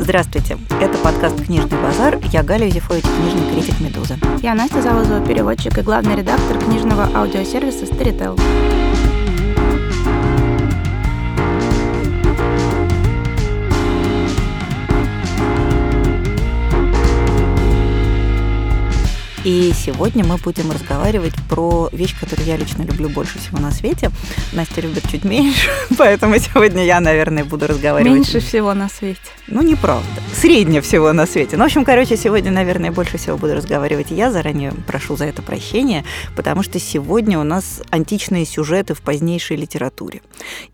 Здравствуйте, это подкаст «Книжный базар». Я Галя Юзефович, книжный критик «Медузы». Я Настя Залозова, переводчик и главный редактор книжного аудиосервиса Storytel. И сегодня мы будем разговаривать про вещь, которую я лично люблю больше всего на свете. Настя любит чуть меньше, поэтому сегодня я, наверное, буду разговаривать. Меньше всего на свете. Ну, неправда. Среднее всего на свете. Ну, в общем, сегодня, наверное, больше всего буду разговаривать я. Заранее прошу за это прощения, потому что сегодня у нас античные сюжеты в позднейшей литературе.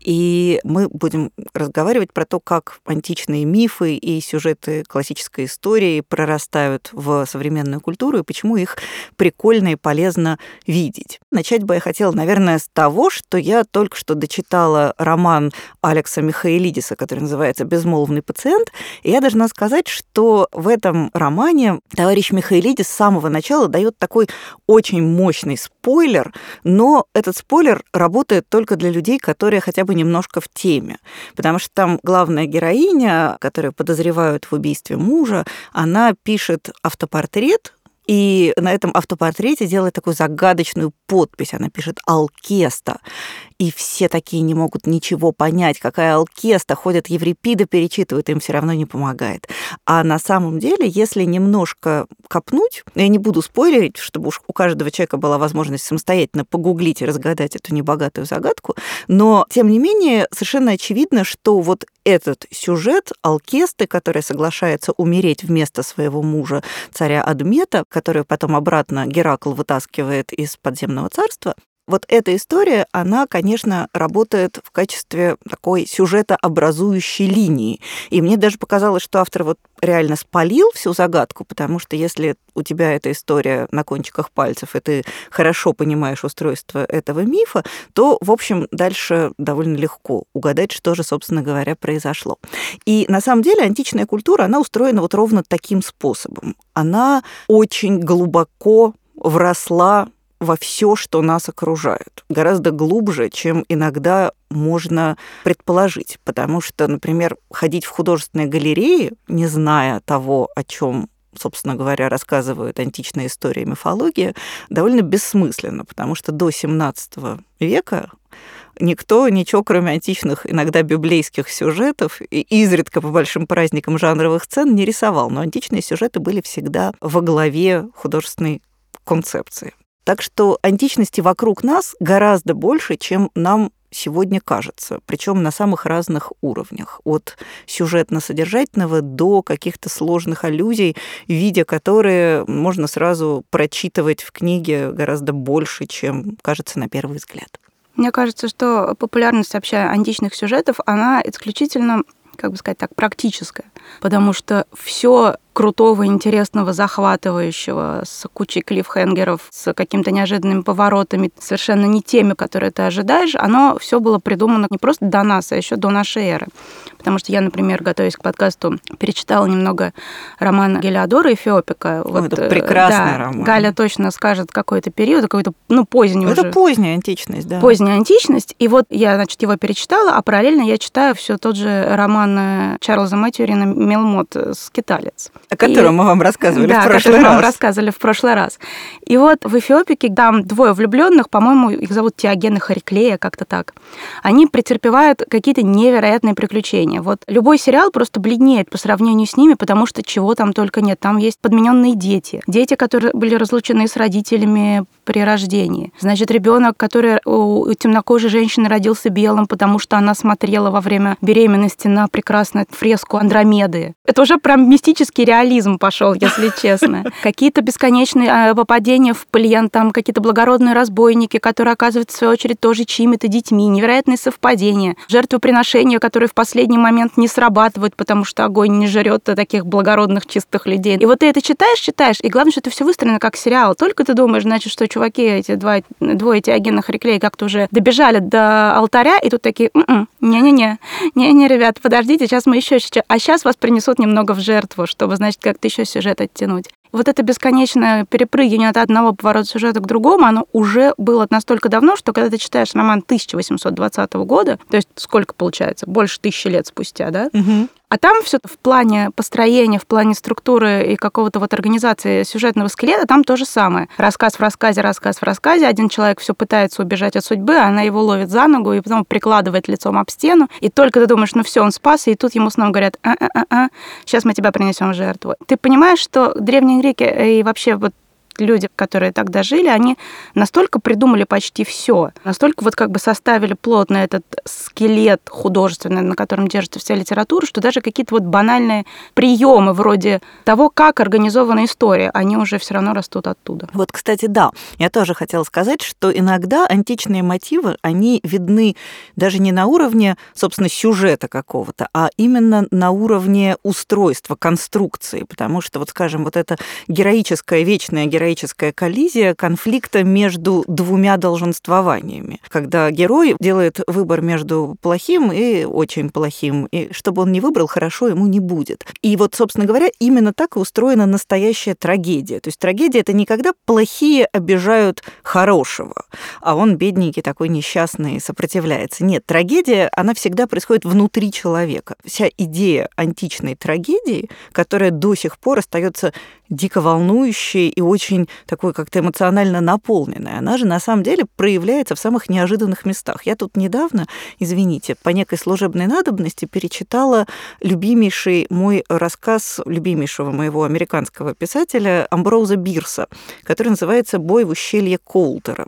И мы будем разговаривать про то, как античные мифы и сюжеты классической истории прорастают в современную культуру и почему их прикольно и полезно видеть. Начать бы я хотела, наверное, с того, что я только что дочитала роман Алекса Михаэлидиса, который называется «Безмолвный пациент». И я должна сказать, что в этом романе товарищ Михаэлидис с самого начала дает такой очень мощный спойлер, но этот спойлер работает только для людей, которые хотя бы немножко в теме. Потому что там главная героиня, которую подозревают в убийстве мужа, она пишет автопортрет, и на этом автопортрете делает такую загадочную подпись. Она пишет «Алкеста». И все такие не могут ничего понять, какая Алкеста. Ходят Еврипида, перечитывают, им все равно не помогает. А на самом деле, если немножко копнуть, я не буду спойлерить, чтобы уж у каждого человека была возможность самостоятельно погуглить и разгадать эту небогатую загадку, но, тем не менее, совершенно очевидно, что вот этот сюжет Алкесты, которая соглашается умереть вместо своего мужа, царя Адмета, которую потом обратно Геракл вытаскивает из подземного царства, вот эта история, она, конечно, работает в качестве такой сюжетообразующей линии. И мне даже показалось, что автор вот реально спалил всю загадку, потому что если у тебя эта история на кончиках пальцев, и ты хорошо понимаешь устройство этого мифа, то, в общем, дальше довольно легко угадать, что же, собственно говоря, произошло. И на самом деле античная культура, она устроена вот ровно таким способом. Она очень глубоко вросла во все, что нас окружает. Гораздо глубже, чем иногда можно предположить. Потому что, например, ходить в художественные галереи, не зная того, о чем, собственно говоря, рассказывают античная история и мифология, довольно бессмысленно, потому что до XVII века никто ничего, кроме античных, иногда библейских сюжетов и изредка по большим праздникам жанровых сцен не рисовал. Но античные сюжеты были всегда во главе художественной концепции. Так что античности вокруг нас гораздо больше, чем нам сегодня кажется, причем на самых разных уровнях, от сюжетно-содержательного до каких-то сложных аллюзий, видя которые можно сразу прочитывать в книге гораздо больше, чем кажется на первый взгляд. Мне кажется, что популярность вообще античных сюжетов, она исключительно, как бы сказать так, практическая, потому что все крутого, интересного, захватывающего, с кучей клиффхенгеров, с какими-то неожиданными поворотами, совершенно не теми, которые ты ожидаешь, оно все было придумано не просто до нас, а еще до нашей эры. Потому что я, например, готовясь к подкасту, перечитала немного романа Гелиодора Эфиопика. Это прекрасный роман. Галя точно скажет какой-то период, какой-то, поздний уже. Это поздняя античность, да. Поздняя античность. И вот я, его перечитала, а параллельно я читаю все тот же роман Чарльза Мэтьюрина «Мелмот. Скиталец». О котором мы вам рассказывали в прошлый раз. Да, вам рассказывали в прошлый раз. И вот в Эфиопике там двое влюбленных, по-моему, их зовут Теоген и Хариклея, как-то так. Они претерпевают какие-то невероятные приключения. Вот любой сериал просто бледнеет по сравнению с ними, потому что чего там только нет. Там есть подмененные дети. Дети, которые были разлучены с родителями при рождении. Значит, ребенок, который у темнокожей женщины родился белым, потому что она смотрела во время беременности на прекрасную фреску Андромеды. Это уже прям мистический реализм пошел, если честно. Какие-то бесконечные попадения в плен, там какие-то благородные разбойники, которые оказываются, в свою очередь, тоже чьими-то детьми, невероятные совпадения, жертвоприношения, которые в последний момент не срабатывают, потому что огонь не жрет таких благородных, чистых людей. И вот ты это читаешь, и главное, что это все выстроено как сериал. Только ты думаешь, значит, что чуваки, эти двое Теогена Хариклея как-то уже добежали до алтаря, и тут такие, не, ребят, подождите, сейчас мы еще, а сейчас вас принесут немного в жертву, чтобы, значит, как-то еще сюжет оттянуть. Вот это бесконечное перепрыгивание от одного поворота сюжета к другому, оно уже было настолько давно, что когда ты читаешь роман 1820 года, то есть сколько получается? Больше 1000 лет спустя, да? А там все в плане построения, в плане структуры и какого-то вот организации сюжетного скелета, там то же самое. Рассказ в рассказе, рассказ в рассказе. Один человек все пытается убежать от судьбы, она его ловит за ногу и потом прикладывает лицом об стену. И только ты думаешь, ну все, он спасся, и тут ему снова говорят, сейчас мы тебя принесем в жертву. Ты понимаешь, что древние греки и вообще вот люди, которые тогда жили, они настолько придумали почти все, настолько вот как бы составили плотно этот скелет художественный, на котором держится вся литература, что даже какие-то вот банальные приемы вроде того, как организована история, они уже все равно растут оттуда. Вот, кстати, да, я тоже хотела сказать, что иногда античные мотивы, они видны даже не на уровне, собственно, сюжета какого-то, а именно на уровне устройства, конструкции, потому что, вот, скажем, вот эта вечная героическая коллизия конфликта между двумя долженствованиями, когда герой делает выбор между плохим и очень плохим, и чтобы он не выбрал, хорошо ему не будет. И вот, собственно говоря, именно так и устроена настоящая трагедия. То есть трагедия — это не когда плохие обижают хорошего, а он, бедненький, такой несчастный, сопротивляется. Нет, трагедия, она всегда происходит внутри человека. Вся идея античной трагедии, которая до сих пор остается дико волнующей и очень такой как-то эмоционально наполненной, она же на самом деле проявляется в самых неожиданных местах. Я тут недавно, извините, по некой служебной надобности перечитала любимейший мой рассказ любимейшего моего американского писателя Амброуза Бирса, который называется «Бой в ущелье Коултера».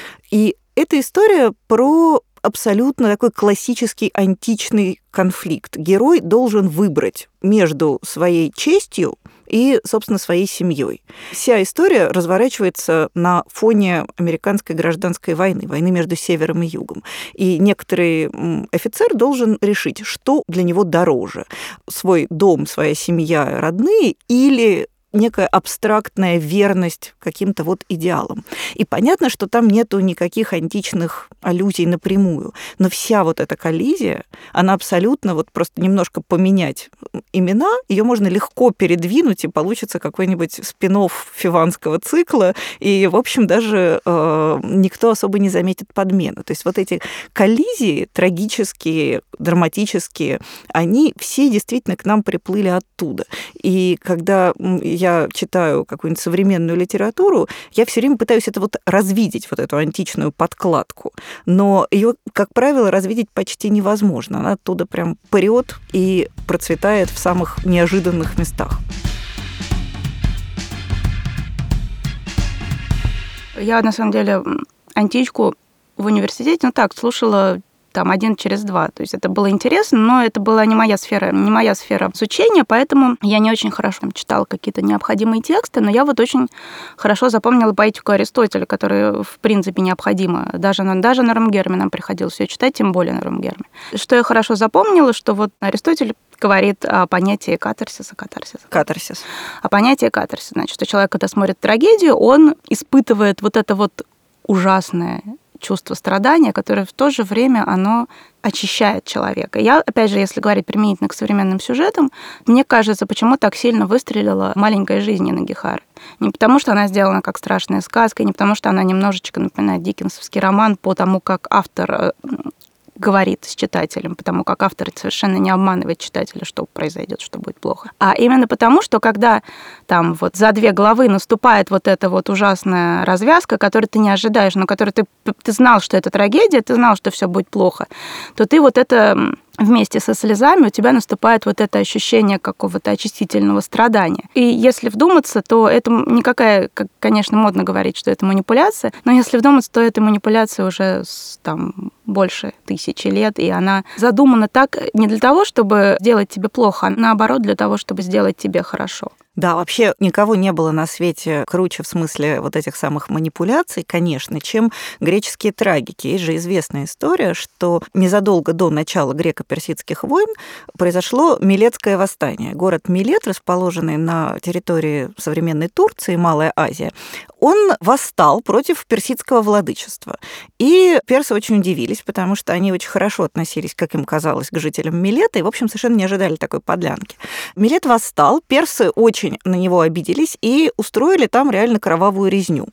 И эта история про абсолютно такой классический античный конфликт. Герой должен выбрать между своей честью и, собственно, своей семьей. Вся история разворачивается на фоне американской гражданской войны, войны между севером и югом. И некоторый офицер должен решить, что для него дороже: свой дом, своя семья, родные или некая абстрактная верность каким-то вот идеалам. И понятно, что там нету никаких античных аллюзий напрямую, но вся вот эта коллизия, она абсолютно вот просто немножко поменять имена, ее можно легко передвинуть, и получится какой-нибудь спин-офф фиванского цикла, и, в общем, даже никто особо не заметит подмену. То есть вот эти коллизии трагические, драматические, они все действительно к нам приплыли оттуда. И когда я читаю какую-нибудь современную литературу, я все время пытаюсь это вот развидеть, вот эту античную подкладку. Но ее, как правило, развидеть почти невозможно. Она оттуда прям прет и процветает в самых неожиданных местах. Я, на самом деле, античку в университете, слушала там 1 через 2. То есть это было интересно, но это была не моя сфера изучения, поэтому я не очень хорошо читала какие-то необходимые тексты, но я вот очень хорошо запомнила поэтику Аристотеля, которая, в принципе, необходима. Даже на Румгерме нам приходилось ее читать, тем более на Румгерме. Что я хорошо запомнила, что вот Аристотель говорит о понятии катарсиса. Катарсис. О понятии катарсиса. Значит, что человек, когда смотрит трагедию, он испытывает вот это вот ужасное чувство страдания, которое в то же время оно очищает человека. Я, опять же, если говорить применительно к современным сюжетам, мне кажется, почему так сильно выстрелила «Маленькая жизнь» Нины Гихары. Не потому, что она сделана как страшная сказка, не потому, что она немножечко напоминает диккенсовский роман по тому, как автор говорит с читателем, потому как автор совершенно не обманывает читателя, что произойдет, что будет плохо. А именно потому, что когда там вот за 2 главы наступает вот эта вот ужасная развязка, которую ты не ожидаешь, но которую ты знал, что это трагедия, ты знал, что все будет плохо, то ты вот это вместе со слезами у тебя наступает вот это ощущение какого-то очистительного страдания. И если вдуматься, то это никакая, конечно, модно говорить, что это манипуляция, но если вдуматься, то эта манипуляция уже там больше 1000 лет, и она задумана так не для того, чтобы сделать тебе плохо, а наоборот для того, чтобы сделать тебе хорошо. Да, вообще никого не было на свете круче в смысле вот этих самых манипуляций, конечно, чем греческие трагики. Есть же известная история, что незадолго до начала греко-персидских войн произошло Милетское восстание. Город Милет, расположенный на территории современной Турции, Малая Азия, он восстал против персидского владычества. И персы очень удивились, удивились, потому что они очень хорошо относились, как им казалось, к жителям Милета, и, в общем, совершенно не ожидали такой подлянки. Милет восстал, персы очень на него обиделись и устроили там реально кровавую резню.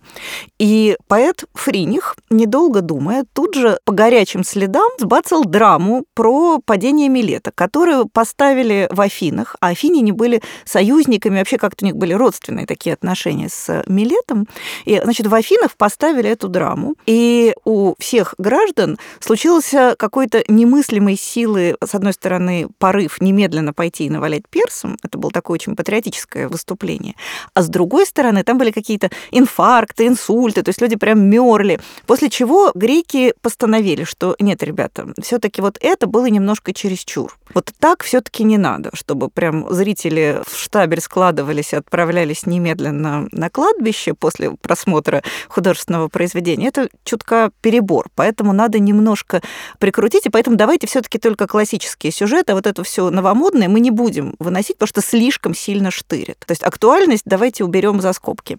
И поэт Фриних, недолго думая, тут же по горячим следам сбацал драму про падение Милета, которую поставили в Афинах, а афиняне были союзниками, вообще как-то у них были родственные такие отношения с Милетом. И, значит, в Афинах поставили эту драму, и у всех граждан случился какой-то немыслимой силы, с одной стороны, порыв немедленно пойти и навалять персам, это было такое очень патриотическое выступление, а с другой стороны, там были какие-то инфаркты, инсульты, то есть люди прям мёрли, после чего греки постановили, что нет, ребята, все-таки вот это было немножко чересчур. Вот так все-таки не надо, чтобы прям зрители в штабель складывались и отправлялись немедленно на кладбище после просмотра художественного произведения. Это чутка перебор, поэтому надо немножко прикрутить, и поэтому давайте все-таки только классические сюжеты, а вот это все новомодное мы не будем выносить, потому что слишком сильно штырит. То есть актуальность давайте уберем за скобки.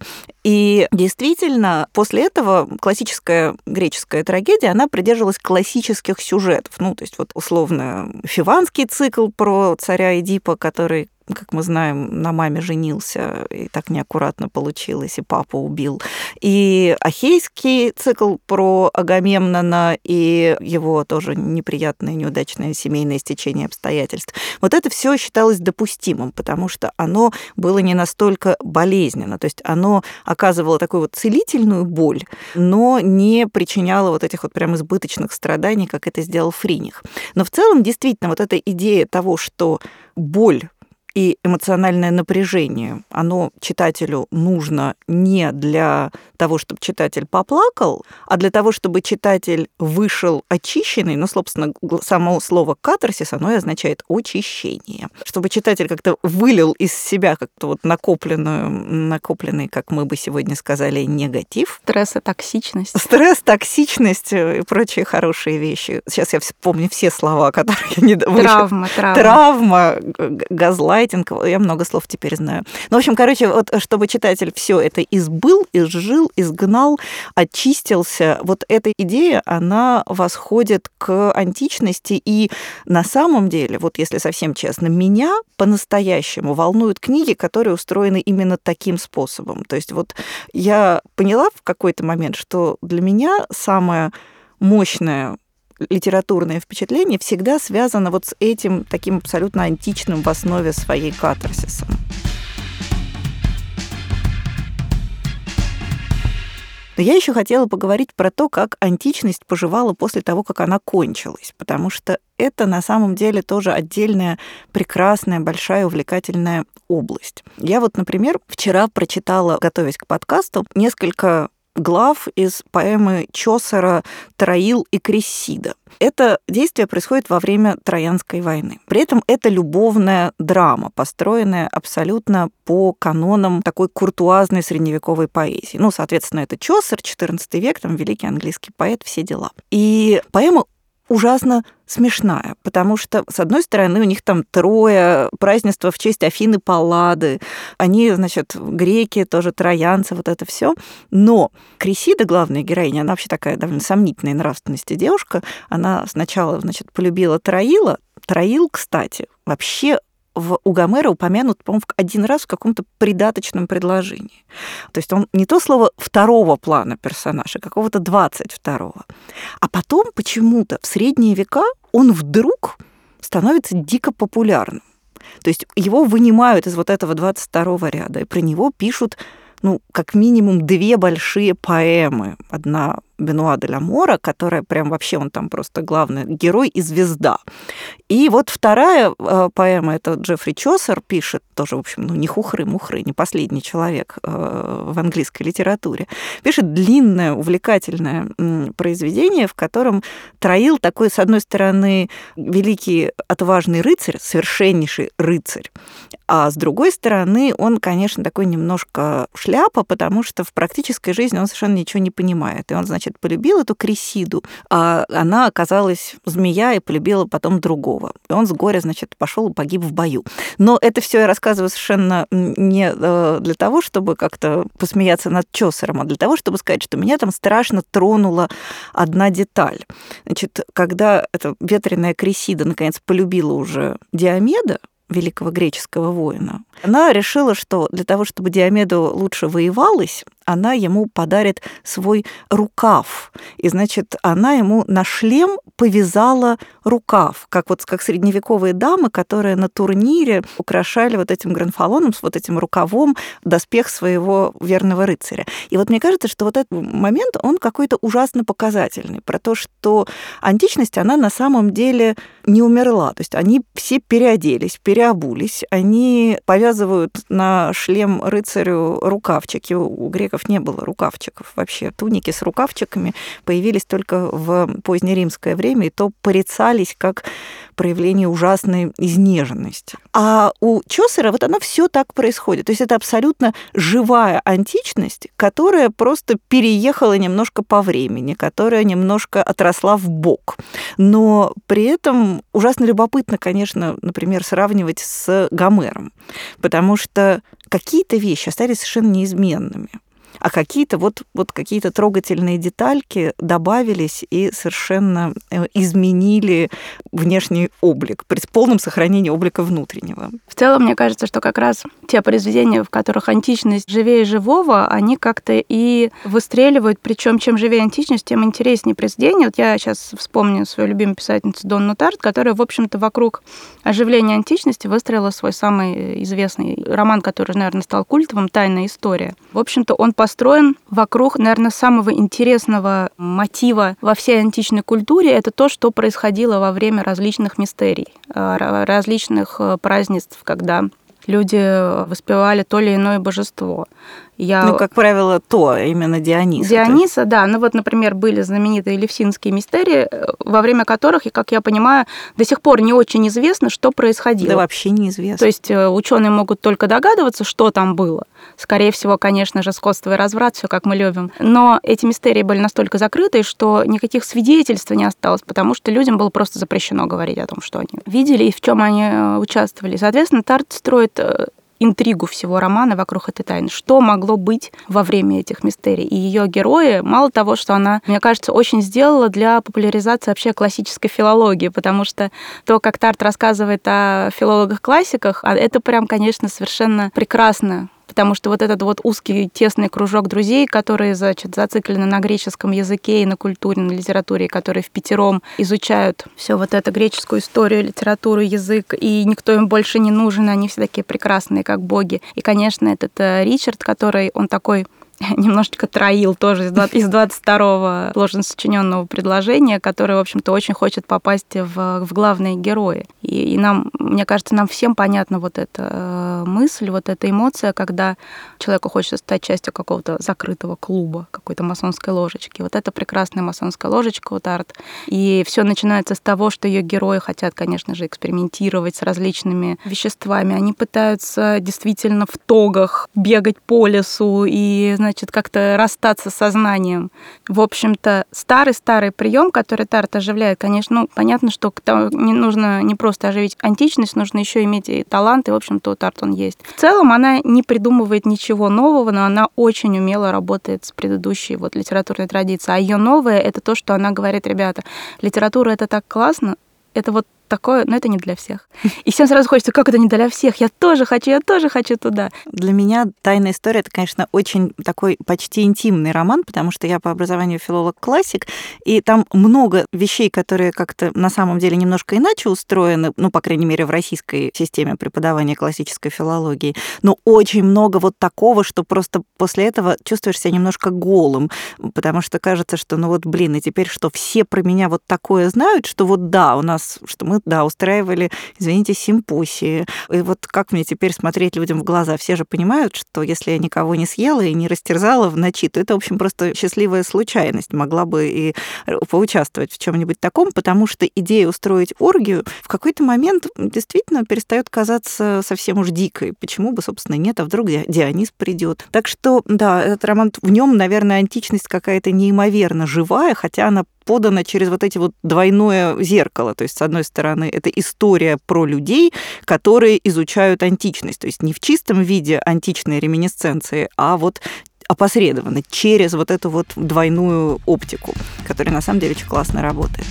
И действительно, после этого классическая греческая трагедия, она придерживалась классических сюжетов. Ну, то есть вот условно фиванский цикл про царя Эдипа, который, как мы знаем, на маме женился, и так неаккуратно получилось, и папу убил. И ахейский цикл про Агамемнона и его тоже неприятное, неудачное семейное стечение обстоятельств. Вот это все считалось допустимым, потому что оно было не настолько болезненно. То есть оно оказывало такую вот целительную боль, но не причиняло вот этих вот прям избыточных страданий, как это сделал Фриних. Но в целом, действительно, вот эта идея того, что боль и эмоциональное напряжение, оно читателю нужно не для того, чтобы читатель поплакал, а для того, чтобы читатель вышел очищенный. Ну, собственно, само слово «катарсис», оно и означает «очищение». Чтобы читатель как-то вылил из себя как-то вот накопленный, как мы бы сегодня сказали, негатив. Стрессотоксичность. Стресс, токсичность и прочие хорошие вещи. Сейчас я вспомню все слова, которые я не Травма. Травма, газлайт. Я много слов теперь знаю. Ну, в общем, короче, вот чтобы читатель все это избыл, изжил, изгнал, очистился, вот эта идея, она восходит к античности, и на самом деле, вот если совсем честно, меня по-настоящему волнуют книги, которые устроены именно таким способом. То есть вот я поняла в какой-то момент, что для меня самое мощное литературное впечатление всегда связано вот с этим таким абсолютно античным в основе своей катарсисом. Но я еще хотела поговорить про то, как античность поживала после того, как она кончилась, потому что это на самом деле тоже отдельная прекрасная, большая, увлекательная область. Я вот, например, вчера прочитала, готовясь к подкасту, несколько глав из поэмы Чосера «Троил и Крессида». Это действие происходит во время Троянской войны. При этом это любовная драма, построенная абсолютно по канонам такой куртуазной средневековой поэзии. Ну, соответственно, это Чосер, XIV век, там великий английский поэт, все дела. И поэма ужасно смешная, потому что, с одной стороны, у них там Троя, празднество в честь Афины Паллады, они, значит, греки, тоже троянцы, вот это все. Но Крессида, главная героиня, она вообще такая довольно сомнительной нравственности девушка, она сначала, значит, полюбила Троила. Троил, кстати, вообще у Гомера упомянут, по-моему, один раз в каком-то придаточном предложении. То есть он не то слово второго плана персонажа, какого-то 22-го. А потом почему-то в средние века он вдруг становится дико популярным. То есть его вынимают из вот этого 22-го ряда, и про него пишут, ну, как минимум 2 большие поэмы. Одна Бенуа де ла Мора, которая прям вообще, он там просто главный герой и звезда. И вот вторая поэма, это Джеффри Чосер пишет, тоже, в общем, ну, не хухры-мухры, не последний человек в английской литературе, пишет длинное, увлекательное произведение, в котором Троил такой, с одной стороны, великий отважный рыцарь, совершеннейший рыцарь, а с другой стороны, он, конечно, такой немножко шляпа, потому что в практической жизни он совершенно ничего не понимает. И он, значит, значит, полюбил эту Крисиду, а она оказалась змея и полюбила потом другого. И он с горя, значит, пошел и погиб в бою. Но это все я рассказываю совершенно не для того, чтобы как-то посмеяться над Чосером, а для того, чтобы сказать, что меня там страшно тронула одна деталь. Значит, когда эта ветреная Крисида наконец полюбила уже Диомеда, великого греческого воина, она решила, что для того, чтобы Диомеду лучше воевалось, она ему подарит свой рукав. И, значит, она ему на шлем повязала рукав, как средневековые дамы, которые на турнире украшали вот этим гранфалоном, с вот этим рукавом доспех своего верного рыцаря. И вот мне кажется, что вот этот момент, он какой-то ужасно показательный, про то, что античность, она на самом деле не умерла. То есть они все переоделись, переобулись, они повязывают на шлем рыцарю рукавчики. У греков не было рукавчиков вообще. Туники с рукавчиками появились только в позднеримское время, и то порицались как проявление ужасной изнеженности. А у Чосера вот оно все так происходит. То есть это абсолютно живая античность, которая просто переехала немножко по времени, которая немножко отросла в бок. Но при этом ужасно любопытно, конечно, например, сравнивать с Гомером, потому что какие-то вещи остались совершенно неизменными, а какие-то какие-то трогательные детальки добавились и совершенно изменили внешний облик при полном сохранении облика внутреннего. В целом, мне кажется, что как раз те произведения, в которых античность живее живого, они как-то и выстреливают, причем чем живее античность, тем интереснее произведение. Вот я сейчас вспомню свою любимую писательницу Донну Тарт, которая, в общем-то, вокруг оживления античности выстроила свой самый известный роман, который, наверное, стал культовым, «Тайная история». В общем-то, он построен вокруг, наверное, самого интересного мотива во всей античной культуре. Это то, что происходило во время различных мистерий, различных празднеств, когда люди воспевали то или иное божество. Как правило, именно Диониса. Диониса, да. Например, были знаменитые Элевсинские мистерии, во время которых, и, как я понимаю, до сих пор не очень известно, что происходило. Да вообще неизвестно. То есть ученые могут только догадываться, что там было. Скорее всего, конечно же, скотство и разврат, все как мы любим. Но эти мистерии были настолько закрыты, что никаких свидетельств не осталось, потому что людям было просто запрещено говорить о том, что они видели и в чем они участвовали. Соответственно, Тарт строит интригу всего романа вокруг этой тайны. Что могло быть во время этих мистерий? И ее герои, мало того, что она, мне кажется, очень сделала для популяризации вообще классической филологии, потому что то, как Тарт рассказывает о филологах-классиках, это прям, конечно, совершенно прекрасно. Потому что вот этот вот узкий, тесный кружок друзей, которые, значит, зациклены на греческом языке и на культуре, на литературе, которые впятером изучают все вот это греческую историю, литературу, язык, и никто им больше не нужен, они все такие прекрасные, как боги. И, конечно, этот Ричард, который, он такой немножечко троил тоже из 22-го ложно сочиненного предложения, который, в общем-то, очень хочет попасть в главные герои. И нам, мне кажется, нам всем понятна вот эта мысль, вот эта эмоция, когда человеку хочется стать частью какого-то закрытого клуба, какой-то масонской ложечки. Вот это прекрасная масонская ложечка у Тарт. И все начинается с того, что ее герои хотят, конечно же, экспериментировать с различными веществами. Они пытаются действительно в тогах бегать по лесу и, значит, как-то расстаться с сознанием. В общем-то, старый-старый прием, который Тарт оживляет, конечно, понятно, что не нужно не просто оживить античность, нужно еще иметь и талант, и, в общем-то, у Тарт он есть. В целом, она не придумывает ничего нового, но она очень умело работает с предыдущей вот литературной традицией. А ее новое — это то, что она говорит: ребята, литература — это так классно, это вот такое, но это не для всех. И всем сразу хочется: как это не для всех? Я тоже хочу туда. Для меня «Тайная история» — это, конечно, очень такой почти интимный роман, потому что я по образованию филолог-классик, и там много вещей, которые как-то на самом деле немножко иначе устроены, по крайней мере, в российской системе преподавания классической филологии, но очень много вот такого, что просто после этого чувствуешь себя немножко голым, потому что кажется, что и теперь что, все про меня вот такое знают, что вот да, у нас, что мы Мы, да, устраивали, извините, симпосии. И вот как мне теперь смотреть людям в глаза? Все же понимают, что если я никого не съела и не растерзала в ночи, то это, в общем, просто счастливая случайность. Могла бы и поучаствовать в чем-нибудь таком, потому что идея устроить оргию в какой-то момент действительно перестает казаться совсем уж дикой. Почему бы, собственно, нет, а вдруг Дионис придет. Так что, да, этот роман, в нем, наверное, античность какая-то неимоверно живая, хотя она подана через вот эти вот двойное зеркало. То есть, с одной стороны, это история про людей, которые изучают античность. То есть не в чистом виде античной реминисценции, а вот опосредованно, через вот эту вот двойную оптику, которая на самом деле очень классно работает.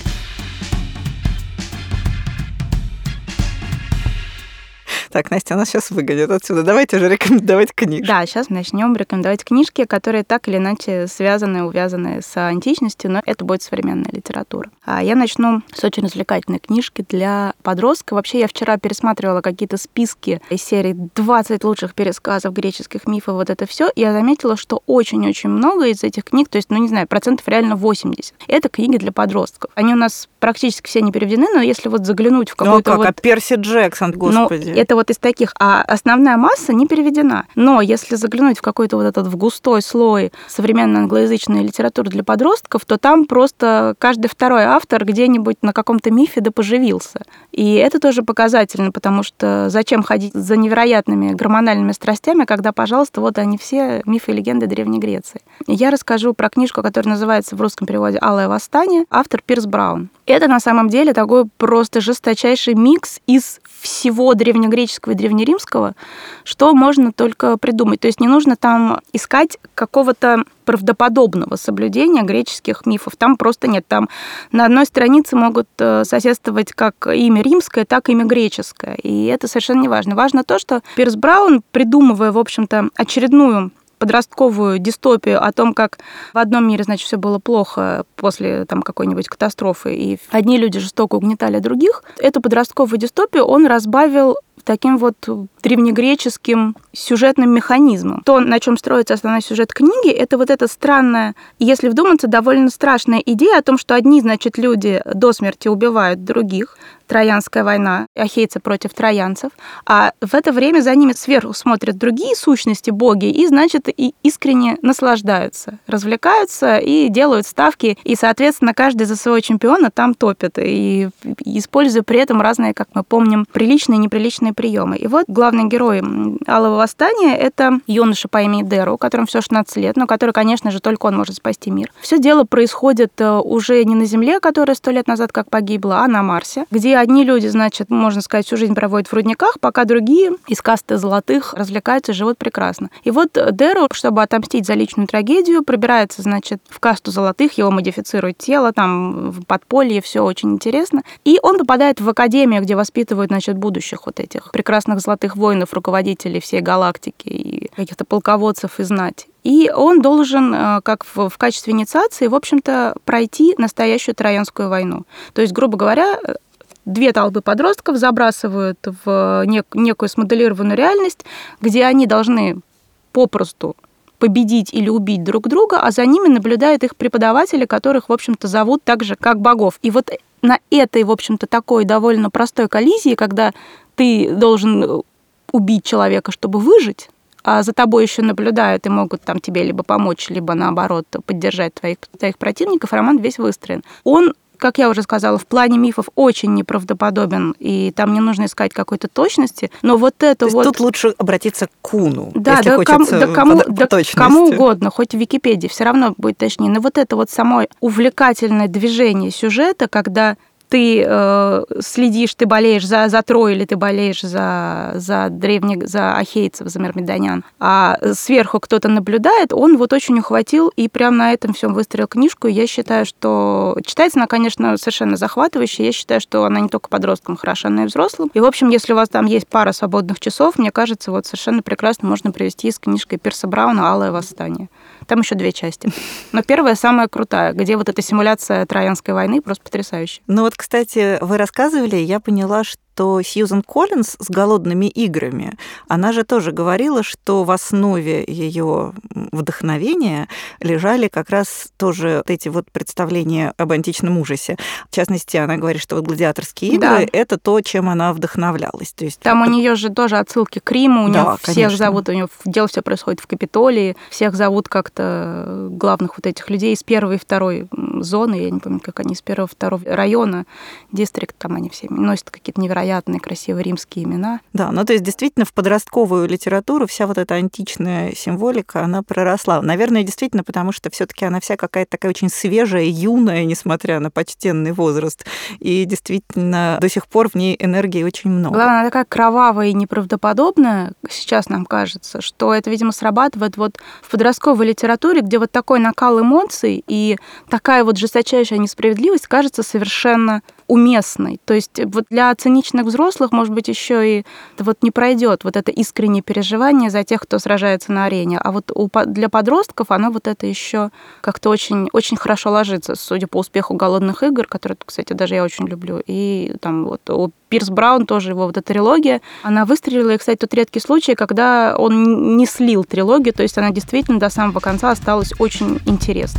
Так, Настя, нас сейчас выгонят отсюда. Давайте уже рекомендовать книжки. Да, сейчас начнем рекомендовать книжки, которые так или иначе связаны, увязаны с античностью, но это будет современная литература. Я начну с очень развлекательной книжки для подростка. Вообще, я вчера пересматривала какие-то списки из серии 20 лучших пересказов греческих мифов, вот это все, и я заметила, что очень-очень много из этих книг, то есть, ну, не знаю, процентов реально 80, это книги для подростков. Они у нас практически все не переведены, но если вот заглянуть в какой-то... Ну, как, а Перси Джексон, господи. Ну, это вот из таких, а основная масса не переведена. Но если заглянуть в какой-то вот этот в густой слой современной англоязычной литературы для подростков, то там просто каждый второй автор где-нибудь на каком-то мифе да поживился. И это тоже показательно, потому что зачем ходить за невероятными гормональными страстями, когда, пожалуйста, вот они все мифы и легенды Древней Греции. И я расскажу про книжку, которая называется в русском переводе «Алое восстание», автор Пирс Браун. Это на самом деле такой просто жесточайший микс из всего древнегреческого и древнеримского, что можно только придумать. То есть не нужно там искать какого-то правдоподобного соблюдения греческих мифов. Там просто нет. Там на одной странице могут соседствовать как имя римское, так и имя греческое. И это совершенно не важно. Важно то, что Пирс Браун, придумывая, в общем-то, очередную подростковую дистопию о том, как в одном мире, значит, все было плохо после там какой-нибудь катастрофы, и одни люди жестоко угнетали других, эту подростковую дистопию он разбавил таким вот древнегреческим сюжетным механизмом. То, на чем строится основной сюжет книги, это вот эта странная, если вдуматься, довольно страшная идея о том, что одни, значит, люди до смерти убивают других, Троянская война, ахейцы против троянцев, а в это время за ними сверху смотрят другие сущности, боги, и, значит, и искренне наслаждаются, развлекаются и делают ставки, и, соответственно, каждый за своего чемпиона там топит, и используя при этом разные, как мы помним, приличные и неприличные приемы. И вот главный герой «Алого восстания» — это юноша по имени Деру, которому всего 16 лет, но который, конечно же, только он может спасти мир. Все дело происходит уже не на Земле, которая 100 лет назад как погибла, а на Марсе, где одни люди, значит, можно сказать, всю жизнь проводят в рудниках, пока другие из касты золотых развлекаются, живут прекрасно. И вот Деру, чтобы отомстить за личную трагедию, пробирается, значит, в касту золотых, его модифицирует тело, там в подполье, все очень интересно. И он попадает в академию, где воспитывают, значит, будущих вот этих прекрасных золотых воинов, руководителей всей галактики и каких-то полководцев и знать. И он должен, как в качестве инициации, в общем-то, пройти настоящую Троянскую войну. То есть, грубо говоря, две толпы подростков забрасывают в некую смоделированную реальность, где они должны попросту победить или убить друг друга, а за ними наблюдают их преподаватели, которых, в общем-то, зовут так же, как богов. И вот на этой, в общем-то, такой довольно простой коллизии, когда ты должен убить человека, чтобы выжить, а за тобой еще наблюдают и могут там тебе либо помочь, либо, наоборот, поддержать твоих противников, роман весь выстроен. Он, как я уже сказала, в плане мифов очень неправдоподобен, и там не нужно искать какой-то точности, но вот это вот... Тут лучше обратиться к Куну, да, если хочется точности. Кому угодно, хоть в Википедии, все равно будет точнее. Но вот это вот само увлекательное движение сюжета, когда ты следишь, ты болеешь за Трой, или ты болеешь за ахейцев, за мирмидонян, а сверху кто-то наблюдает, он вот очень ухватил и прям на этом всем выстроил книжку. И я считаю, что читается она, конечно, совершенно захватывающая. Я считаю, что она не только подросткам хороша, но и взрослым. И, в общем, если у вас там есть пара свободных часов, мне кажется, вот совершенно прекрасно можно привести с книжкой Пирса Брауна «Алое восстание». Там еще 2 части. Но первая самая крутая, где вот эта симуляция Троянской войны просто потрясающая. Ну вот, кстати, вы рассказывали, я поняла, что что Сьюзен Коллинз с «Голодными играми», она же тоже говорила, что в основе ее вдохновения лежали как раз тоже вот эти вот представления об античном ужасе. В частности, она говорит, что вот «Гладиаторские игры» — это то, чем она вдохновлялась. То есть там у нее же тоже отсылки к Риму, у нее всех конечно. зовут, у нее дело все происходит в Капитолии, всех зовут как-то главных вот этих людей из первой и второй зоны, я не помню, как они, из первого и второго района, дистрикт, там они все носят какие-то невероятные красивые римские имена. Да, ну то есть действительно в подростковую литературу вся вот эта античная символика, она проросла. Наверное, действительно, потому что все-таки она вся какая-то такая очень свежая, юная, несмотря на почтенный возраст. И действительно до сих пор в ней энергии очень много. Главное, она такая кровавая и неправдоподобная, сейчас нам кажется, что это, видимо, срабатывает вот в подростковой литературе, где вот такой накал эмоций и такая вот жесточайшая несправедливость кажется совершенно уместной. То есть вот для циничных взрослых, может быть, еще и вот не пройдет вот это искреннее переживание за тех, кто сражается на арене. А вот для подростков оно вот это еще как-то очень, очень хорошо ложится, судя по успеху «Голодных игр», которые, кстати, даже я очень люблю. И там вот у Пирс Браун тоже его вот эта трилогия, она выстрелила. И, кстати, тут редкий случай, когда он не слил трилогию, то есть она действительно до самого конца осталась очень интересной.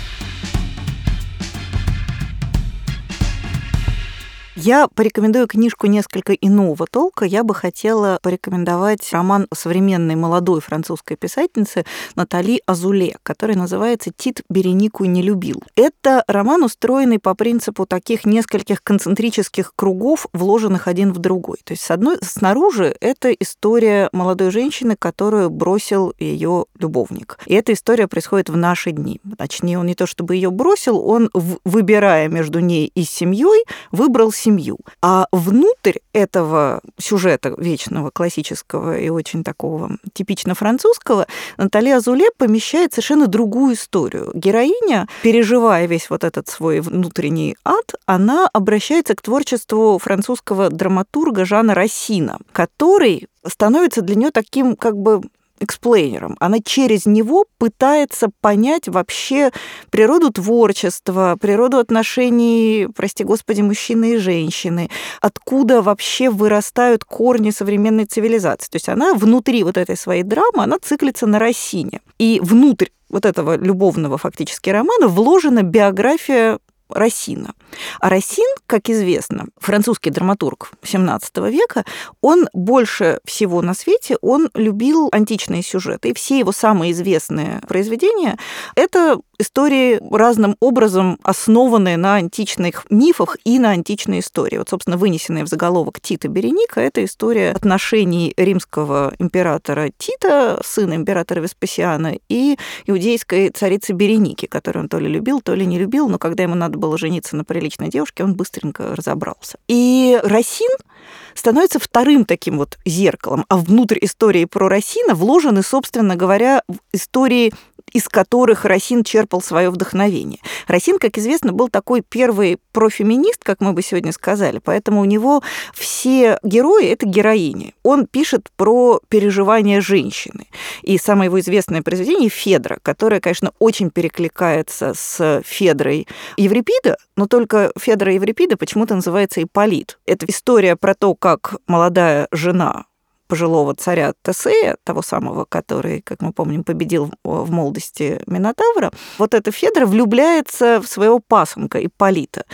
Я порекомендую книжку несколько иного толка. Я бы хотела порекомендовать роман современной молодой французской писательницы Натали Азуле, который называется «Тит Беренику не любил». Это роман, устроенный по принципу таких нескольких концентрических кругов, вложенных один в другой. То есть, снаружи это история молодой женщины, которую бросил ее любовник. И эта история происходит в наши дни. Точнее, он не то чтобы ее бросил, он, выбирая между ней и семьей, выбрал семью. А внутрь этого сюжета вечного, классического и очень такого типично французского Натали Азуле помещает совершенно другую историю. Героиня, переживая весь вот этот свой внутренний ад, она обращается к творчеству французского драматурга Жана Рассина, который становится для нее таким как бы эксплейнером. Она через него пытается понять вообще природу творчества, природу отношений, прости господи, мужчины и женщины, откуда вообще вырастают корни современной цивилизации. То есть она внутри вот этой своей драмы, она циклится на Рассине. И внутрь вот этого любовного фактически романа вложена биография Рассина. А Рассин, как известно, французский драматург XVII века, он больше всего на свете, он любил античные сюжеты. И все его самые известные произведения – это истории разным образом основанные на античных мифах и на античной истории. Вот, собственно, вынесенная в заголовок Тита Береника – это история отношений римского императора Тита, сына императора Веспасиана, и иудейской царицы Береники, которую он то ли любил, то ли не любил, но когда ему надо было жениться на приличной девушке, он быстренько разобрался. И Рассин становится вторым таким вот зеркалом, а внутрь истории про Рассина вложены, собственно говоря, истории, из которых Рассин черпал свое вдохновение. Рассин, как известно, был такой первый профеминист, как мы бы сегодня сказали, поэтому у него все герои – это героини. Он пишет про переживания женщины. И самое его известное произведение – «Федра», которое, конечно, очень перекликается с Федрой Еврипида, но только Федра Еврипида почему-то называется Ипполит. Это история про то, как молодая жена пожилого царя Тесея, того самого, который, как мы помним, победил в молодости Минотавра, вот эта Федра влюбляется в своего пасынка Ипполита.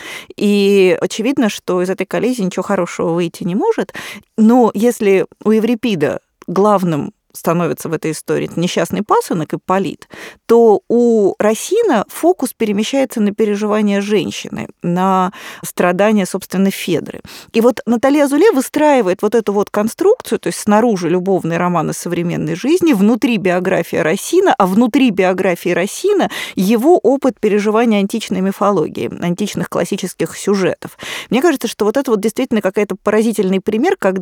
И очевидно, что из этой коллизии ничего хорошего выйти не может. Но если у Еврипида главным становится в этой истории несчастный пасынок Ипполит, то у Рассина фокус перемещается на переживания женщины, на страдания, собственно, Федры. И вот Натали Азуле выстраивает вот эту вот конструкцию, то есть снаружи любовный роман из современной жизни, внутри биография Рассина, а внутри биографии Рассина его опыт переживания античной мифологии, античных классических сюжетов. Мне кажется, что вот это вот действительно какой-то поразительный пример, когда вот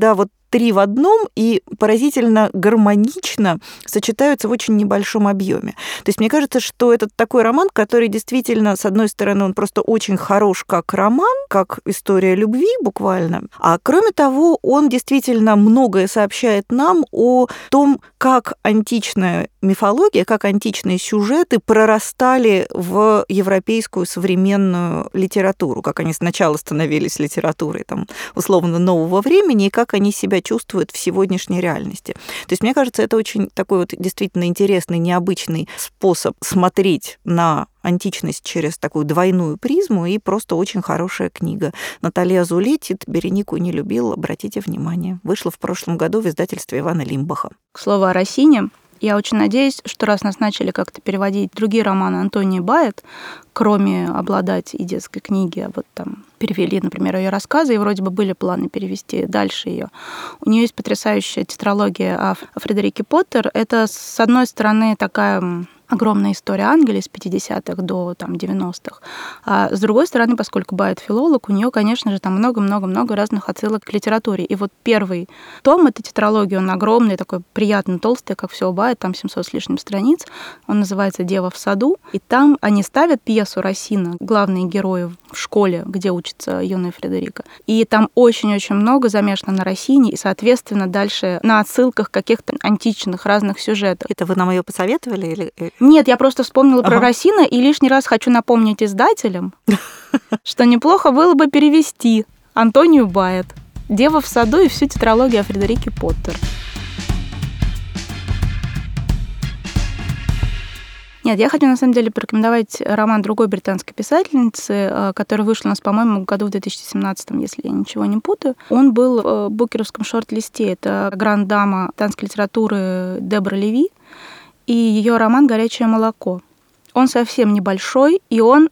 3 в одном и поразительно гармонично сочетаются в очень небольшом объеме. То есть мне кажется, что это такой роман, который действительно, с одной стороны, он просто очень хорош как роман, как история любви буквально, а кроме того, он действительно многое сообщает нам о том, как античная мифология, как античные сюжеты прорастали в европейскую современную литературу, как они сначала становились литературой там, условно нового времени, и как они себя чувствуют в сегодняшней реальности. То есть, мне кажется, это очень такой вот действительно интересный, необычный способ смотреть на античность через такую двойную призму, и просто очень хорошая книга. Наталья Азулетит «Беренику не любил», обратите внимание. Вышла в прошлом году в издательстве Ивана Лимбаха. К слову о Россине, я очень надеюсь, что раз нас начали как-то переводить другие романы Антонии Байет, кроме «Обладать» и детской книги, а вот там перевели, например, ее рассказы, и вроде бы были планы перевести дальше ее. У нее есть потрясающая тетралогия о Фредерике Поттер. Это, с одной стороны, такая огромная история Англии с 50-х до там, 90-х. А с другой стороны, поскольку Байет филолог, у нее, конечно же, там много-много-много разных отсылок к литературе. И вот первый том этой тетралогии, он огромный, такой приятно толстый, как все у Байет, там 700 с лишним страниц. Он называется «Дева в саду». И там они ставят пьесу Рассина, главные герои в школе, где учится юная Фредерика. И там очень-очень много замешано на Рассине, и, соответственно, дальше на отсылках каких-то античных разных сюжетов. Это вы нам ее посоветовали? Или... Нет, я просто вспомнила про Рассина, и лишний раз хочу напомнить издателям, что неплохо было бы перевести Антонию Байет, «Дева в саду» и всю тетралогию о Фредерике Поттер. Нет, я хочу, на самом деле, порекомендовать роман другой британской писательницы, который вышел у нас, по-моему, году в 2017, если я ничего не путаю. Он был в букеровском шорт-листе. Это гранд-дама британской литературы Дебора Леви и ее роман «Горячее молоко». Он совсем небольшой, и он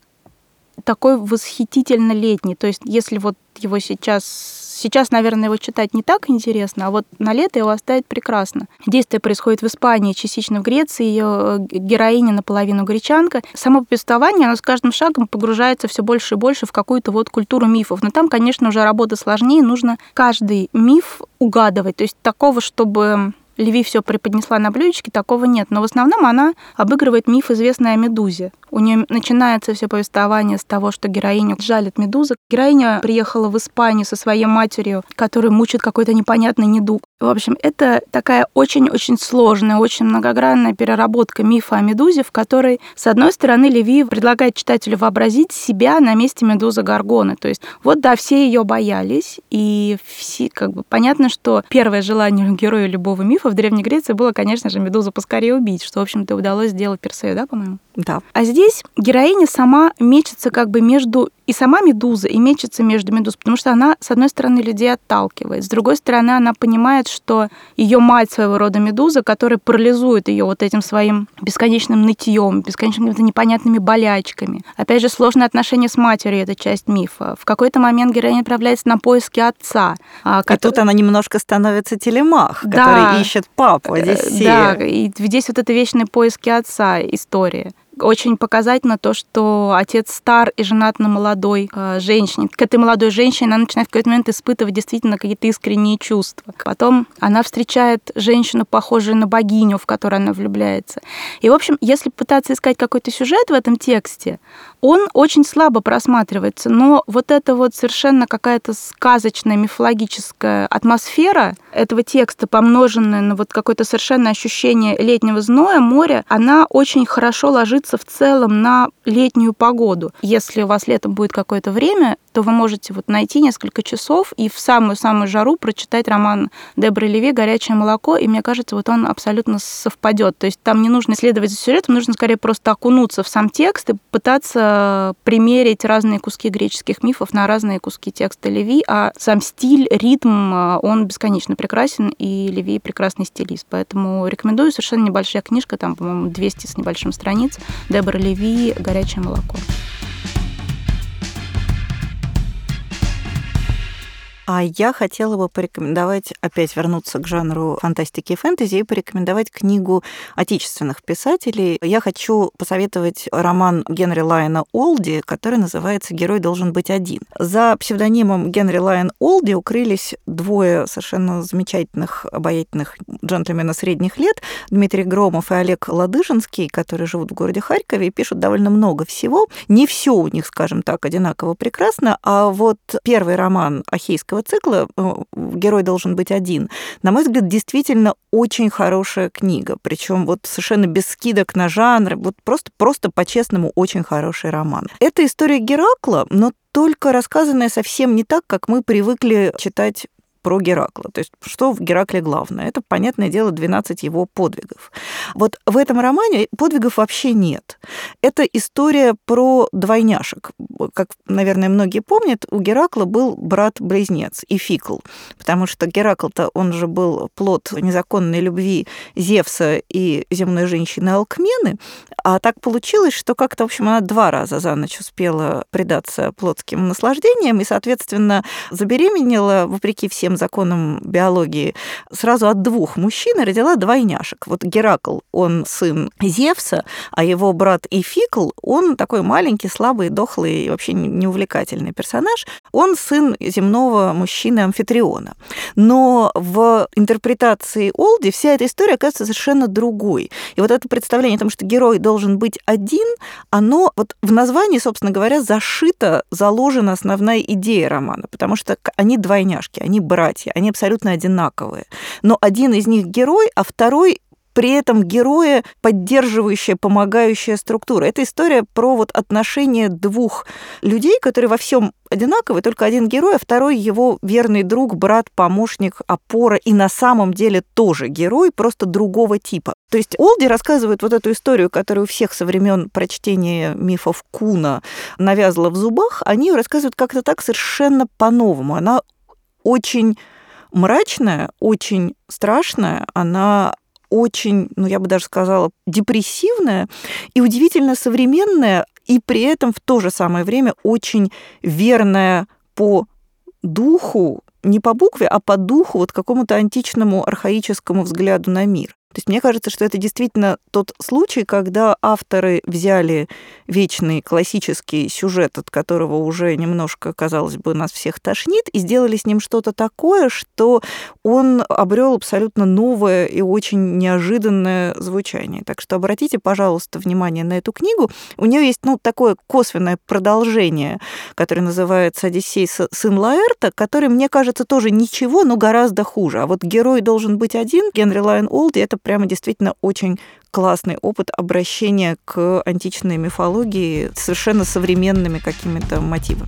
такой восхитительно летний. То есть если вот его сейчас, наверное, его читать не так интересно, а вот на лето его оставить прекрасно. Действие происходит в Испании, частично в Греции. Ее героиня наполовину гречанка. Само повествование, оно с каждым шагом погружается все больше и больше в какую-то вот культуру мифов. Но там, конечно, уже работа сложнее. Нужно каждый миф угадывать. То есть такого, чтобы Леви все преподнесла на блюдечке, такого нет. Но в основном она обыгрывает миф, известный о Медузе. У нее начинается все повествование с того, что героиню жалит Медуза. Героиня приехала в Испанию со своей матерью, которую мучает какой-то непонятный недуг. В общем, это такая очень-очень сложная, очень многогранная переработка мифа о Медузе, в которой, с одной стороны, Леви предлагает читателю вообразить себя на месте Медузы Горгоны. То есть, вот да, все ее боялись, и все, как бы, понятно, что первое желание героя любого мифа в Древней Греции было, конечно же, Медузу поскорее убить, что, в общем-то, удалось сделать Персею, да, по-моему? Да. А здесь героиня сама мечется как бы между... И сама Медуза, и мечется между Медуз, потому что она, с одной стороны, людей отталкивает, с другой стороны, она понимает, что ее мать своего рода Медуза, которая парализует ее вот этим своим бесконечным нытьем, бесконечными непонятными болячками. Опять же, сложные отношения с матерью — это часть мифа. В какой-то момент героиня отправляется на поиски отца. И тут она немножко становится Телемах, который ищет папу, Одиссея. Да, и здесь вот это вечные поиски отца история. Очень показательно то, что отец стар и женат на молодой женщине. К этой молодой женщине она начинает в какой-то момент испытывать действительно какие-то искренние чувства. Потом она встречает женщину, похожую на богиню, в которую она влюбляется. И, в общем, если пытаться искать какой-то сюжет в этом тексте, он очень слабо просматривается, но вот эта вот совершенно какая-то сказочная, мифологическая атмосфера этого текста, помноженная на вот какое-то совершенно ощущение летнего зноя, моря, она очень хорошо ложится в целом на летнюю погоду. Если у вас летом будет какое-то время, то вы можете вот найти несколько часов и в самую-самую жару прочитать роман Деборы Леви «Горячее молоко», и мне кажется, вот он абсолютно совпадет. То есть там не нужно следовать за сюжетом, нужно скорее просто окунуться в сам текст и пытаться примерить разные куски греческих мифов на разные куски текста Леви, а сам стиль, ритм, он бесконечно прекрасен, и Леви прекрасный стилист. Поэтому рекомендую, совершенно небольшая книжка, там, по-моему, 200 с небольшим страниц, Дебора Леви «Горячее молоко». А я хотела бы порекомендовать, опять вернуться к жанру фантастики и фэнтези, и порекомендовать книгу отечественных писателей. Я хочу посоветовать роман Генри Лайона Олди, который называется «Герой должен быть один». За псевдонимом Генри Лайон Олди укрылись двое совершенно замечательных, обаятельных джентльмена средних лет, Дмитрий Громов и Олег Ладыжинский, которые живут в городе Харькове и пишут довольно много всего. Не все у них, скажем так, одинаково прекрасно, а вот первый роман Ахейского цикла «Герой должен быть один», на мой взгляд, действительно очень хорошая книга, причем вот совершенно без скидок на жанр, вот просто по-честному очень хороший роман. Это история Геракла, но только рассказанная совсем не так, как мы привыкли читать про Геракла. То есть что в Геракле главное? Это, понятное дело, 12 его подвигов. Вот в этом романе подвигов вообще нет. Это история про двойняшек. Как, наверное, многие помнят, у Геракла был брат-близнец Ификл, потому что Геракл-то, он же был плод незаконной любви Зевса и земной женщины Алкмены, а так получилось, что как-то, в общем, она 2 раза за ночь успела предаться плотским наслаждениям и, соответственно, забеременела, вопреки всем законам биологии, сразу от 2 мужчин и родила двойняшек. Вот Геракл, он сын Зевса, а его брат Ификл, он такой маленький, слабый, дохлый и вообще неувлекательный персонаж. Он сын земного мужчины Амфитриона. Но в интерпретации Олди вся эта история оказывается совершенно другой. И вот это представление о том, что герой должен быть один, оно вот в названии, собственно говоря, заложена основная идея романа, потому что они двойняшки, они братья, они абсолютно одинаковые. Но один из них герой, а второй при этом героя поддерживающая, помогающая структура. Это история про вот отношения 2 людей, которые во всем одинаковые, только один герой, а второй его верный друг, брат, помощник, опора, и на самом деле тоже герой, просто другого типа. То есть Олди рассказывает вот эту историю, которая у всех со времен прочтения мифов Куна навязла в зубах, они ее рассказывают как-то так совершенно по-новому. Она очень мрачная, очень страшная, она очень, я бы даже сказала, депрессивная и удивительно современная, и при этом в то же самое время очень верная по духу, не по букве, а по духу, вот какому-то античному архаическому взгляду на мир. То есть мне кажется, что это действительно тот случай, когда авторы взяли вечный классический сюжет, от которого уже немножко, казалось бы, нас всех тошнит, и сделали с ним что-то такое, что он обрел абсолютно новое и очень неожиданное звучание. Так что обратите, пожалуйста, внимание на эту книгу. У нее есть такое косвенное продолжение, которое называется «Одиссей, сын Лаэрта», который, мне кажется, тоже ничего, но гораздо хуже. А вот «Герой должен быть один», Генри Лайон Олди, это прямо действительно очень классный опыт обращения к античной мифологии совершенно современными какими-то мотивами.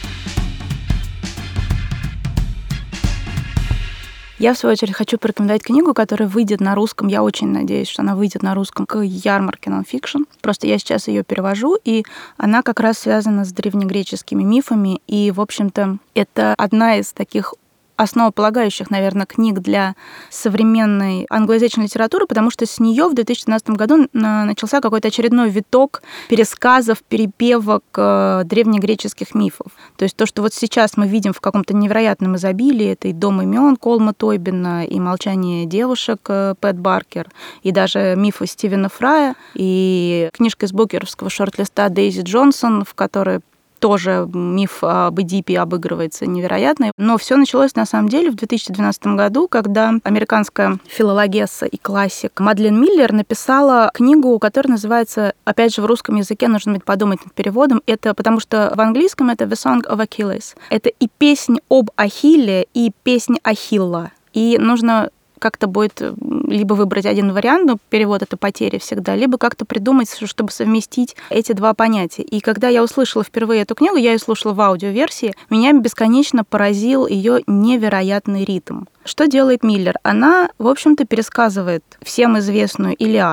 Я, в свою очередь, хочу порекомендовать книгу, которая выйдет на русском. Я очень надеюсь, что она выйдет на русском к ярмарке нонфикшн. Просто я сейчас ее перевожу, и она как раз связана с древнегреческими мифами. И, в общем-то, это одна из таких основополагающих, наверное, книг для современной англоязычной литературы, потому что с нее в 2012 году начался какой-то очередной виток пересказов, перепевок древнегреческих мифов. То есть то, что вот сейчас мы видим в каком-то невероятном изобилии, это и «Дом имен» Колма Тойбена, и «Молчание девушек» Пэт Баркер, и даже мифы Стивена Фрая, и книжка из букеровского шорт-листа Дейзи Джонсон, в которой тоже миф об Эдипе обыгрывается невероятно. Но все началось, на самом деле, в 2012 году, когда американская филологесса и классик Мадлен Миллер написала книгу, которая называется, опять же, в русском языке, нужно будет подумать над переводом, это потому что в английском это «The Song of Achilles». Это и песнь об Ахилле, и песнь Ахилла. И нужно как-то будет либо выбрать один вариант, но перевод — это потери всегда, либо как-то придумать, чтобы совместить эти два понятия. И когда я услышала впервые эту книгу, я ее слушала в аудиоверсии, меня бесконечно поразил ее невероятный ритм. Что делает Миллер? Она, в общем-то, пересказывает всем известную «Илиаду»,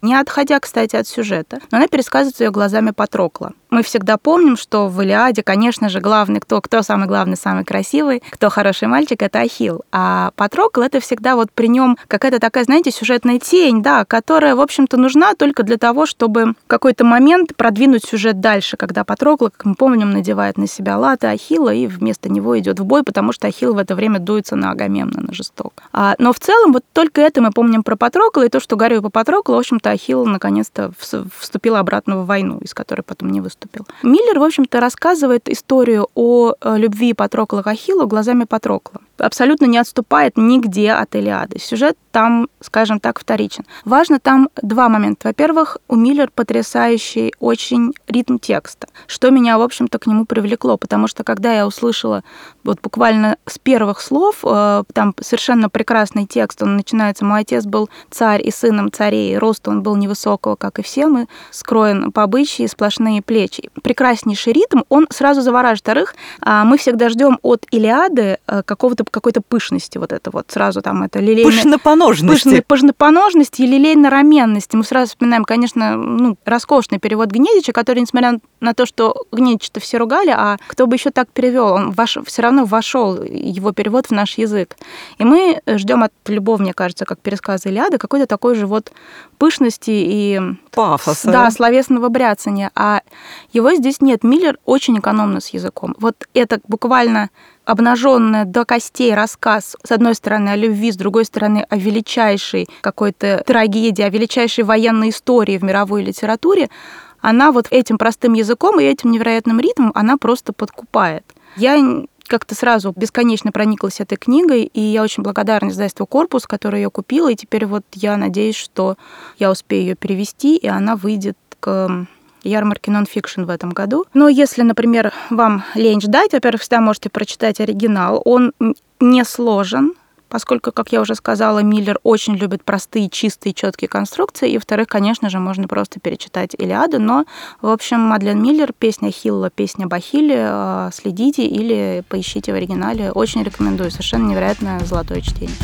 не отходя, кстати, от сюжета, но она пересказывает ее глазами Патрокла. Мы всегда помним, что в «Илиаде», конечно же, главный, кто самый главный, самый красивый, кто хороший мальчик, это Ахилл. А Патрокл — это всегда вот при нем какая-то такая, знаете, сюжетная тень, да, которая, в общем-то, нужна только для того, чтобы в какой-то момент продвинуть сюжет дальше, когда Патрокл, как мы помним, надевает на себя латы Ахилла и вместо него идет в бой, потому что Ахилл в это время дуется на Агамемнона жестоко. Но в целом вот только это мы помним про Патрокла, и то, что горюя по Патроклу, в общем-то, Ахилл наконец-то вступил обратно в войну, из которой потом не выступил. Миллер, в общем-то, рассказывает историю о любви Патрокла к Ахиллу глазами Патрокла. Абсолютно не отступает нигде от «Илиады». Сюжет там, скажем так, вторичен. Важно там два момента. Во-первых, у Миллер потрясающий очень ритм текста, что меня, в общем-то, к нему привлекло, потому что когда я услышала вот буквально с первых слов, там совершенно прекрасный текст, он начинается: «Мой отец был царь и сыном царей, рост он был невысокого, как и все мы, скроен по обычаи, сплошные плечи». Прекраснейший ритм, он сразу завораживает. Во-вторых, мы всегда ждем от «Илиады» какой-то пышности, вот это вот сразу там это лилейное... Пышнопоножности и лилейно-раменности. Мы сразу вспоминаем, конечно, роскошный перевод Гнедича, который, несмотря на то, что Гнедича-то все ругали, а кто бы еще так перевел, он все равно вошел, его перевод, в наш язык. И мы ждем от любого, мне кажется, как пересказа «Илиады», какой-то такой же вот пышности и пафоса. Да, словесного бряцания. А его здесь нет. Миллер очень экономно с языком. Вот это буквально обнаженная до костей рассказ, с одной стороны, о любви, с другой стороны, о величайшей какой-то трагедии, о величайшей военной истории в мировой литературе, она вот этим простым языком и этим невероятным ритмом, она просто подкупает. Я как-то сразу бесконечно прониклась этой книгой, и я очень благодарна издательству «Корпус», которое ее купила, и теперь вот я надеюсь, что я успею ее перевести, и она выйдет к ярмарке нон-фикшн в этом году. Но если, например, вам лень ждать, во-первых, всегда можете прочитать оригинал. Он не сложен, поскольку, как я уже сказала, Миллер очень любит простые, чистые, четкие конструкции. И, во-вторых, конечно же, можно просто перечитать «Илиаду». Но, в общем, Мадлен Миллер, песня Ахилла, песня об Ахилле, следите или поищите в оригинале. Очень рекомендую. Совершенно невероятное золотое чтение.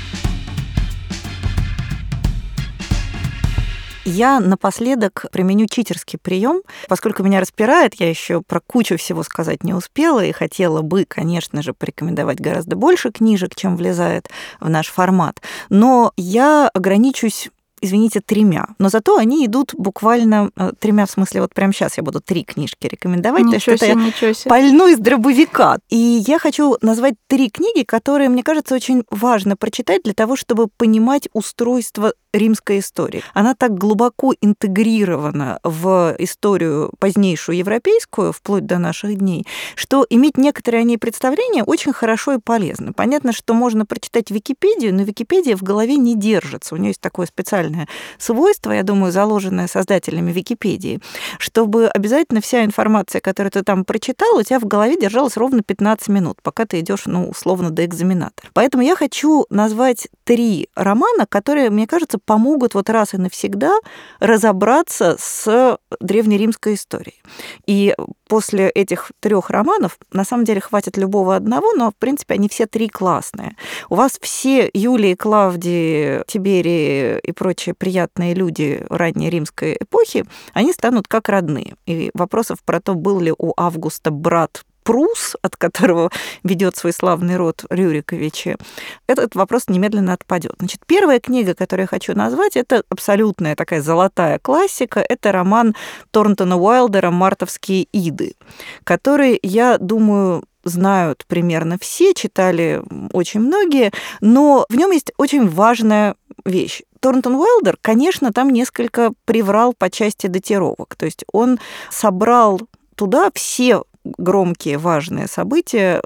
Я напоследок применю читерский прием. Поскольку меня распирает, я еще про кучу всего сказать не успела и хотела бы, конечно же, порекомендовать гораздо больше книжек, чем влезает в наш формат. Но я ограничусь, извините, 3. Но зато они идут буквально 3, в смысле, вот прямо сейчас я буду 3 книжки рекомендовать. Ничего себе, ничего себе. Пальну из дробовика. И я хочу назвать 3 книги, которые, мне кажется, очень важно прочитать для того, чтобы понимать устройство римской истории. Она так глубоко интегрирована в историю позднейшую европейскую, вплоть до наших дней, что иметь некоторые о ней представления очень хорошо и полезно. Понятно, что можно прочитать Википедию, но Википедия в голове не держится. У нее есть такое специальное свойство, я думаю, заложенное создателями Википедии, чтобы обязательно вся информация, которую ты там прочитал, у тебя в голове держалась ровно 15 минут, пока ты идешь, условно, до экзаменатора. Поэтому я хочу назвать 3 романа, которые, мне кажется, помогут вот раз и навсегда разобраться с древнеримской историей. И после этих 3 романов, на самом деле, хватит любого одного, но, в принципе, они все 3 классные. У вас все Юлии, Клавдии, Тиберии и прочие приятные люди ранней римской эпохи, они станут как родные. И вопросов про то, был ли у Августа брат Прус, от которого ведет свой славный род Рюриковичи, этот вопрос немедленно отпадет. Значит, первая книга, которую я хочу назвать, это абсолютная такая золотая классика. Это роман Торнтона Уайлдера «Мартовские иды», который, я думаю, знают примерно все, читали очень многие, но в нем есть очень важная вещь. Торнтон Уайлдер, конечно, там несколько приврал по части датировок. То есть он собрал туда все громкие, важные события,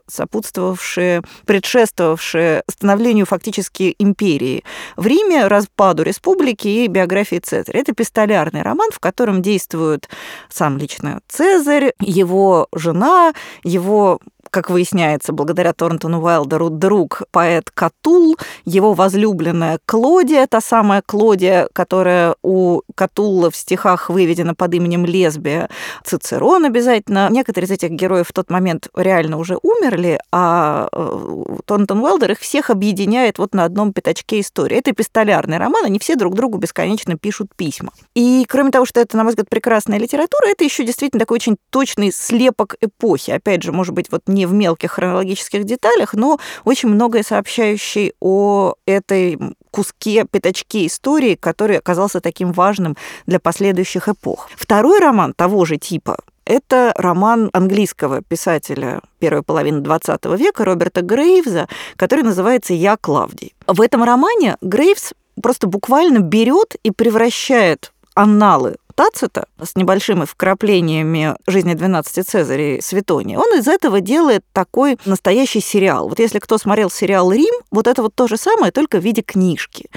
предшествовавшие становлению фактически империи в Риме, распаду республики и биографии Цезаря. Это эпистолярный роман, в котором действуют сам лично Цезарь, его жена, его как выясняется, благодаря Торнтону Уайлдеру, друг поэт Катулл, его возлюбленная Клодия, та самая Клодия, которая у Катулла в стихах выведена под именем Лесбия, Цицерон обязательно. Некоторые из этих героев в тот момент реально уже умерли, а Торнтон Уайлдер их всех объединяет вот на одном пятачке истории. Это эпистолярный роман, они все друг другу бесконечно пишут письма. И кроме того, что это, на мой взгляд, прекрасная литература, это еще действительно такой очень точный слепок эпохи. Опять же, может быть, вот не в мелких хронологических деталях, но очень многое сообщающее о этой куске, пятачке истории, который оказался таким важным для последующих эпох. Второй роман того же типа — это роман английского писателя первой половины XX века Роберта Грейвза, который называется «Я, Клавдий». В этом романе Грейвз просто буквально берет и превращает анналы Тацита с небольшими вкраплениями жизни 12 Цезарей Светония, он из этого делает такой настоящий сериал. Вот если кто смотрел сериал «Рим», вот это вот то же самое, только в виде книжки.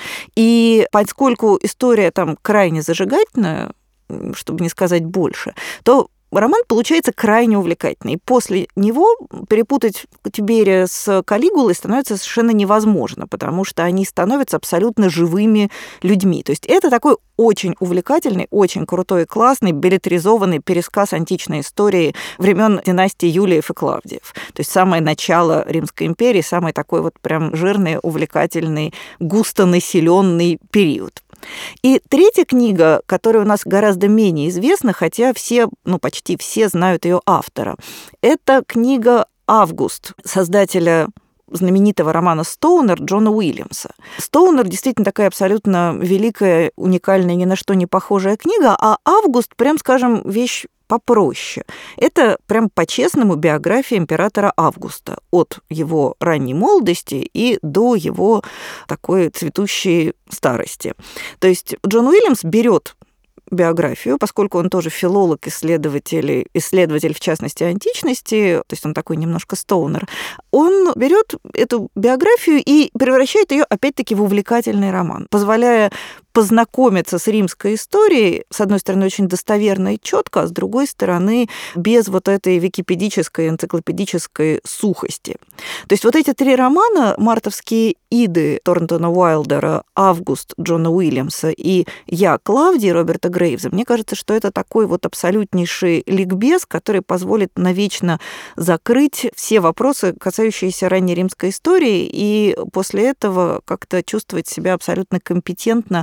И поскольку история там крайне зажигательная, чтобы не сказать больше, то роман получается крайне увлекательный. И после него перепутать Тиберия с Калигулой становится совершенно невозможно, потому что они становятся абсолютно живыми людьми. То есть это такой очень увлекательный, очень крутой, классный, беллетризованный пересказ античной истории времен династии Юлиев и Клавдиев. То есть самое начало Римской империи, самый такой вот прям жирный, увлекательный, густонаселенный период. И третья книга, которая у нас гораздо менее известна, хотя все, почти все знают ее автора, это книга «Август» создателя знаменитого романа Стоунер Джона Уильямса. Стоунер действительно такая абсолютно великая, уникальная, ни на что не похожая книга, а «Август», прям скажем, вещь попроще. Это прям по-честному биография императора Августа от его ранней молодости и до его такой цветущей старости. То есть Джон Уильямс берет биографию, поскольку он тоже филолог, исследователь, в частности, античности, то есть он такой немножко стоунер, он берет эту биографию и превращает ее опять-таки в увлекательный роман, позволяя познакомиться с римской историей, с одной стороны, очень достоверно и четко, а с другой стороны, без вот этой википедической, энциклопедической сухости. То есть вот эти три романа, «Мартовские иды» Торнтона Уайлдера, «Август» Джона Уильямса и «Я, Клавдий» Роберта Грейвза, мне кажется, что это такой вот абсолютнейший ликбез, который позволит навечно закрыть все вопросы, касающиеся ранней римской истории, и после этого как-то чувствовать себя абсолютно компетентно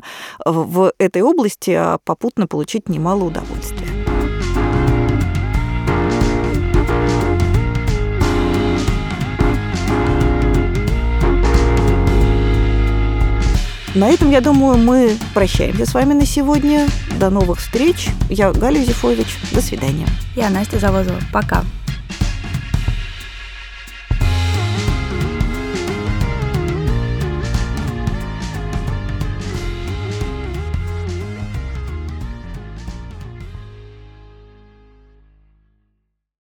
в этой области, а попутно получить немало удовольствия. На этом, я думаю, мы прощаемся с вами на сегодня. До новых встреч. Я Галя Юзефович. До свидания. Я Настя Завозова. Пока.